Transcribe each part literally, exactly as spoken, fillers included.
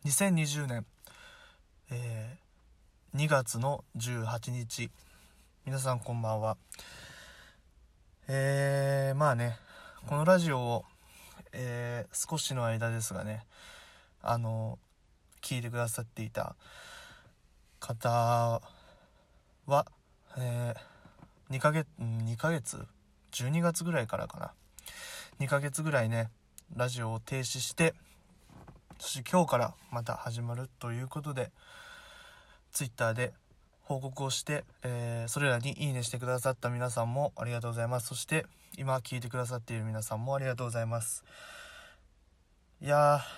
にせんにじゅうねん、えー、にがつのじゅうはちにち、皆さんこんばんは。えー、まあね、このラジオを、えー、少しの間ですがね、あの聞いてくださっていた方は、えー、にかげつにかげつじゅうにがつぐらいからかな、にかげつぐらいねラジオを停止して、そして今日からまた始まるということで、ツイッターで報告をして、えー、それらにいいねしてくださった皆さんもありがとうございます。そして今聞いてくださっている皆さんもありがとうございます。いやー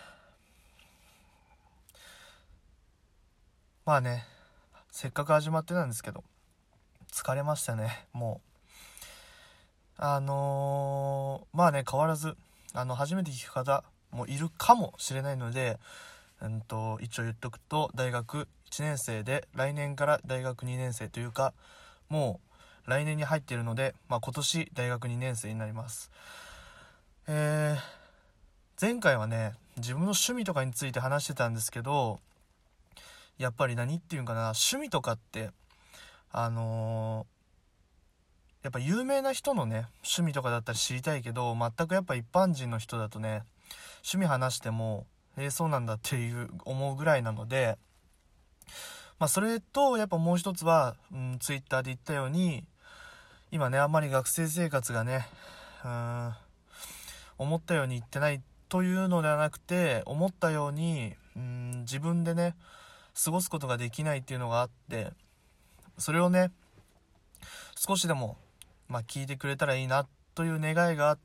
まあね、せっかく始まってたんですけど疲れましたね。もうあのー、まあね変わらずあの初めて聞く方もいるかもしれないので、うんと一応言っとくと、大学いちねんせいで来年から大学にねんせいというか、もう来年に入っているので、まあ、今年大学にねんせいになります。えー、前回はね自分の趣味とかについて話してたんですけど、やっぱり何っていうんかな、趣味とかってあのー、やっぱ有名な人のね趣味とかだったら知りたいけど、全くやっぱ一般人の人だとね趣味話してもえー、そうなんだっていう思うぐらいなので、まあそれとやっぱもう一つは、うん、ツイッターで言ったように、今ねあんまり学生生活がね、うーん思ったようにいってないというのではなくて、思ったようにうーん自分でね過ごすことができないっていうのがあって、それをね少しでもまあ聞いてくれたらいいなという願いがあって、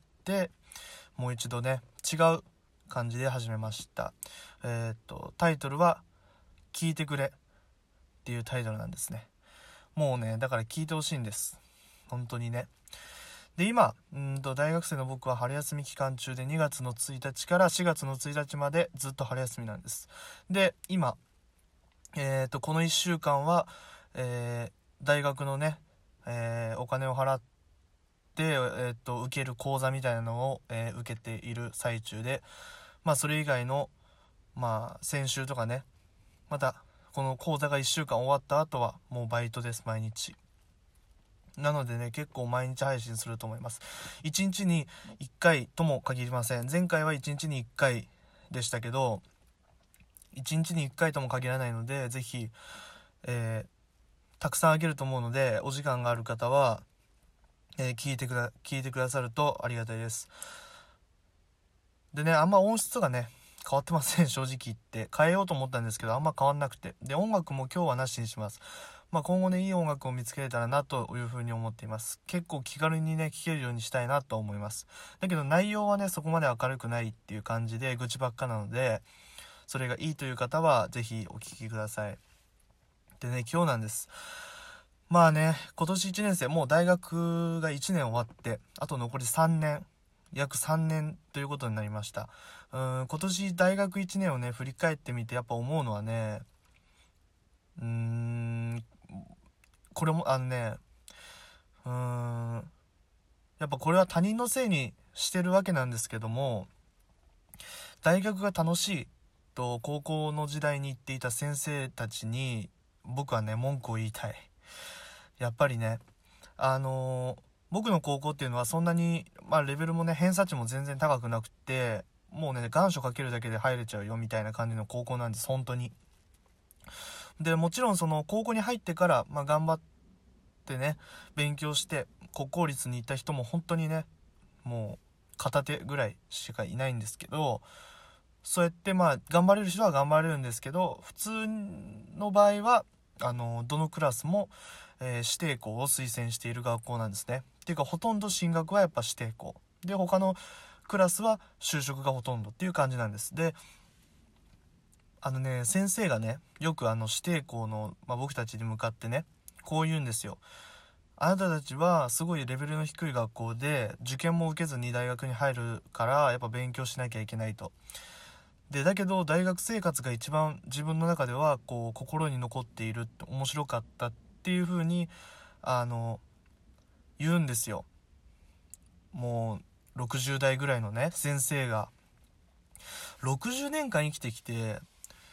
もう一度ね違う感じで始めました。えー、っとタイトルは聞いてくれっていうタイトルなんですね。もうねだから聞いてほしいんです、本当にね。で今うんと大学生の僕は春休み期間中で、にがつのついたちからしがつのついたちまでずっと春休みなんです。で今えー、っとこのいっしゅうかんは、えー、大学のね、えー、お金を払って、えー、っと受ける講座みたいなのを、えー、受けている最中で、まあそれ以外のまあ先週とかね、またこの講座がいっしゅうかん終わった後はもうバイトです、毎日。なのでね結構毎日配信すると思います。いちにちにいっかいとも限りません。前回はいちにちにいっかいでしたけど、いちにちにいっかいとも限らないので、ぜひ、えー、たくさんあげると思うので、お時間がある方は、えー、聞いてくだ聞いてくださるとありがたいです。でねあんま音質がね変わってません、正直言って。変えようと思ったんですけどあんま変わんなくて、で音楽も今日はなしにします。まあ今後ねいい音楽を見つけれたらなというふうに思っています。結構気軽にね聴けるようにしたいなと思います。だけど内容はねそこまで明るくないっていう感じで愚痴ばっかなので、それがいいという方はぜひお聴きください。でね今日なんです。まあね今年いちねんせい、もう大学がいちねん終わってあと残りさんねん、約さんねんということになりました。うーん今年大学いちねんをね振り返ってみてやっぱ思うのはね、うーんこれもあのねうーんやっぱこれは他人のせいにしてるわけなんですけども、大学が楽しいと高校の時代に言っていた先生たちに僕はね文句を言いたい。やっぱりねあのー、僕の高校っていうのはそんなに、まあ、レベルもね偏差値も全然高くなくって、もうね願書かけるだけで入れちゃうよみたいな感じの高校なんです、本当に。でもちろんその高校に入ってから、まあ、頑張ってね勉強して国公立に行った人も本当にねもう片手ぐらいしかいないんですけど、そうやってまあ頑張れる人は頑張れるんですけど、普通の場合はあのどのクラスも、えー指定校を推薦している学校なんですね。っていうかほとんど進学はやっぱ指定校で、他のクラスは就職がほとんどっていう感じなんです。であのね先生がねよくあの指定校の、まあ、僕たちに向かってねこう言うんですよ。あなたたちはすごいレベルの低い学校で受験も受けずに大学に入るからやっぱ勉強しなきゃいけないと。でだけど大学生活が一番自分の中ではこう心に残っている、面白かったっていう風にあの言うんですよ。もうろくじゅうだいぐらいのね先生がろくじゅうねんかん生きてきて、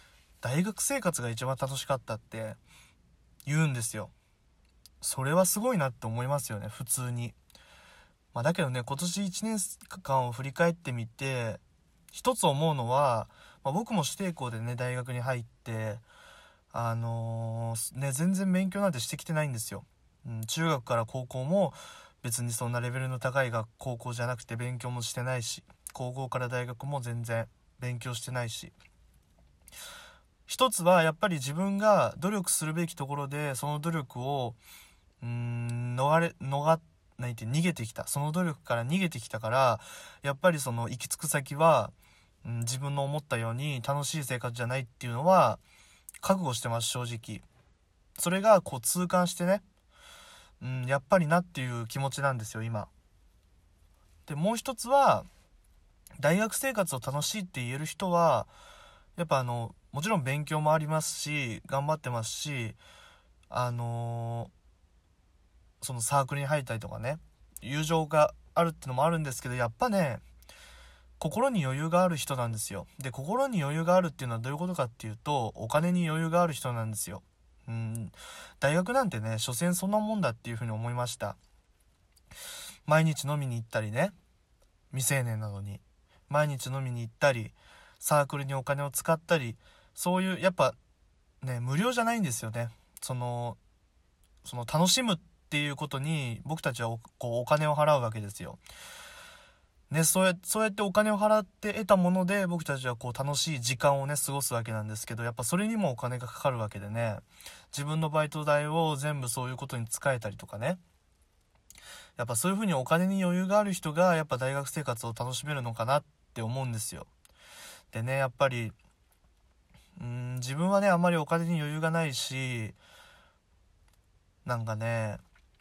大学生活が一番楽しかったって言うんですよ。それはすごいなって思いますよね、普通に。まあ、だけどね、今年いちねんかんを振り返ってみて一つ思うのは、まあ、僕も指定校でね大学に入ってあのー、ね全然勉強なんてしてきてないんですよ、うん、中学から高校も別にそんなレベルの高い学高校じゃなくて勉強もしてないし、高校から大学も全然勉強してないし、一つはやっぱり自分が努力するべきところでその努力をうーん逃れ逃ないて逃げてきた、その努力から逃げてきたから、やっぱりその行き着く先は、うん、自分の思ったように楽しい生活じゃないっていうのは覚悟してます、正直。それがこう痛感してね、うん、やっぱりなっていう気持ちなんですよ今で。もう一つは大学生活を楽しいって言える人はやっぱあのもちろん勉強もありますし頑張ってますし、あのー、そのサークルに入ったりとかね友情があるってのもあるんですけど、やっぱね心に余裕がある人なんですよ。で心に余裕があるっていうのはどういうことかっていうと、お金に余裕がある人なんですよ。うん大学なんてね所詮そんなもんだっていうふうに思いました。毎日飲みに行ったりね、未成年なのに毎日飲みに行ったりサークルにお金を使ったり、そういうやっぱね無料じゃないんですよね。そのその楽しむっていうことに僕たちは お, こうお金を払うわけですよ。ね、そうやそうやってお金を払って得たもので僕たちはこう楽しい時間をね過ごすわけなんですけど、やっぱそれにもお金がかかるわけでね、自分のバイト代を全部そういうことに使えたりとかね、やっぱそういう風にお金に余裕がある人がやっぱ大学生活を楽しめるのかなって思うんですよ。でねやっぱりうーん自分はねあんまりお金に余裕がないし、なんかね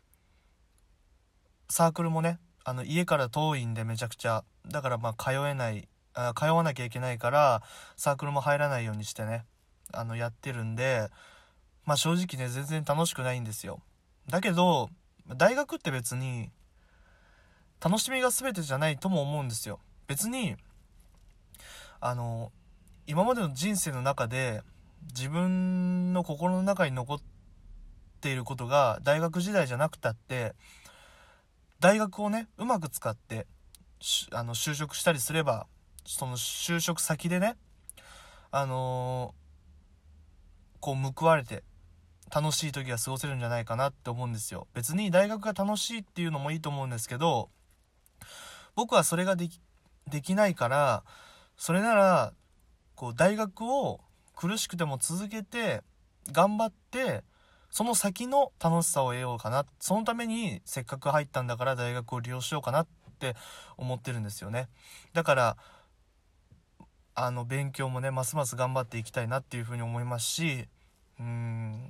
サークルもねあの家から遠いんでめちゃくちゃ、だからまあ通えないあ通わなきゃいけないからサークルも入らないようにしてねあのやってるんで、まあ正直ね全然楽しくないんですよ。だけど大学って別に楽しみが全てじゃないとも思うんですよ。別にあの今までの人生の中で自分の心の中に残っていることが大学時代じゃなくたって、大学をねうまく使ってあの就職したりすれば、その就職先でねあのー、こう報われて楽しい時が過ごせるんじゃないかなって思うんですよ。別に大学が楽しいっていうのもいいと思うんですけど、僕はそれができ、できないから、それならこう大学を苦しくても続けて頑張ってその先の楽しさを得ようかな、そのためにせっかく入ったんだから大学を利用しようかなって思ってるんですよね。だからあの勉強もねますます頑張っていきたいなっていうふうに思いますし、うーん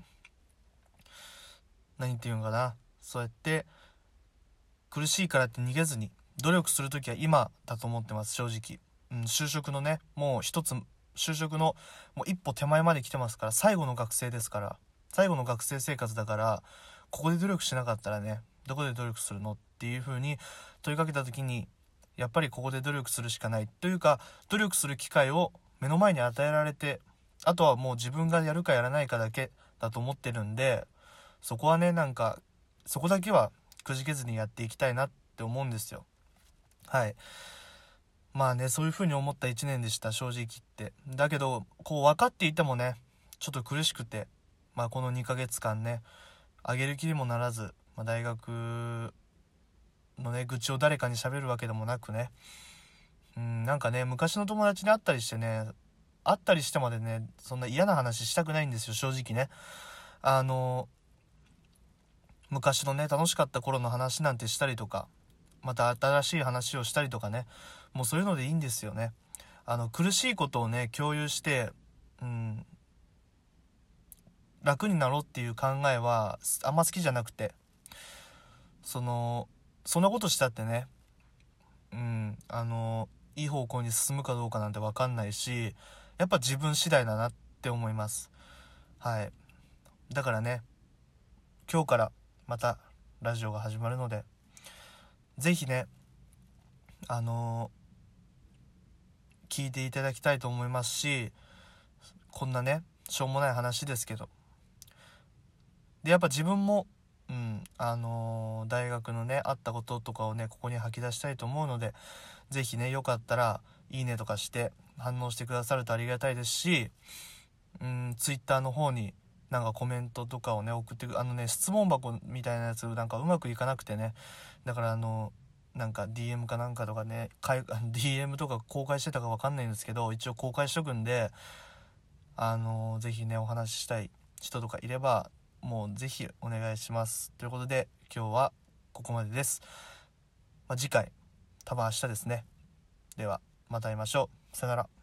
何て言うんかな、そうやって苦しいからって逃げずに努力するときは今だと思ってます、正直。うん、就職のねもう一つ就職のもう一歩手前まで来てますから、最後の学生ですから、最後の学生生活だから、ここで努力しなかったらねどこで努力するのっていう風に問いかけた時に、やっぱりここで努力するしかないというか、努力する機会を目の前に与えられて、あとはもう自分がやるかやらないかだけだと思ってるんで、そこはねなんかそこだけはくじけずにやっていきたいなって思うんですよ。はい。まあねそういう風に思ったいちねんでした、正直言って。だけどこう分かっていてもねちょっと苦しくて、まあこのにかげつかんねあげる気にもならず、まあ、大学のね愚痴を誰かに喋るわけでもなくね、うんなんかね昔の友達に会ったりしてね会ったりしてまでねそんな嫌な話したくないんですよ、正直ね。あの昔のね楽しかった頃の話なんてしたりとか、また新しい話をしたりとかね、もうそういうのでいいんですよね。あの苦しいことをね共有して、うん、楽になろうっていう考えはあんま好きじゃなくて、そのそんなことしたってね、うんあのいい方向に進むかどうかなんて分かんないし、やっぱ自分次第だなって思います。はい。だからね今日からまたラジオが始まるので、ぜひねあのー、聞いていただきたいと思いますし、 こんなねしょうもない話ですけど、でやっぱ自分もうんあのー大学のねあったこととかをねここに吐き出したいと思うので、ぜひねよかったらいいねとかして反応してくださるとありがたいですし、うんツイッターの方になんかコメントとかをね送ってく、あのね質問箱みたいなやつなんかうまくいかなくてね、だからあのなんか ディーエム かなんかとかねかい ディーエム とか公開してたかわかんないんですけど、一応公開しとくんで、あのぜひねお話ししたい人とかいればもうぜひお願いしますということで、今日はここまでです。まあ、次回多分明日ですね。ではまた会いましょう。さよなら。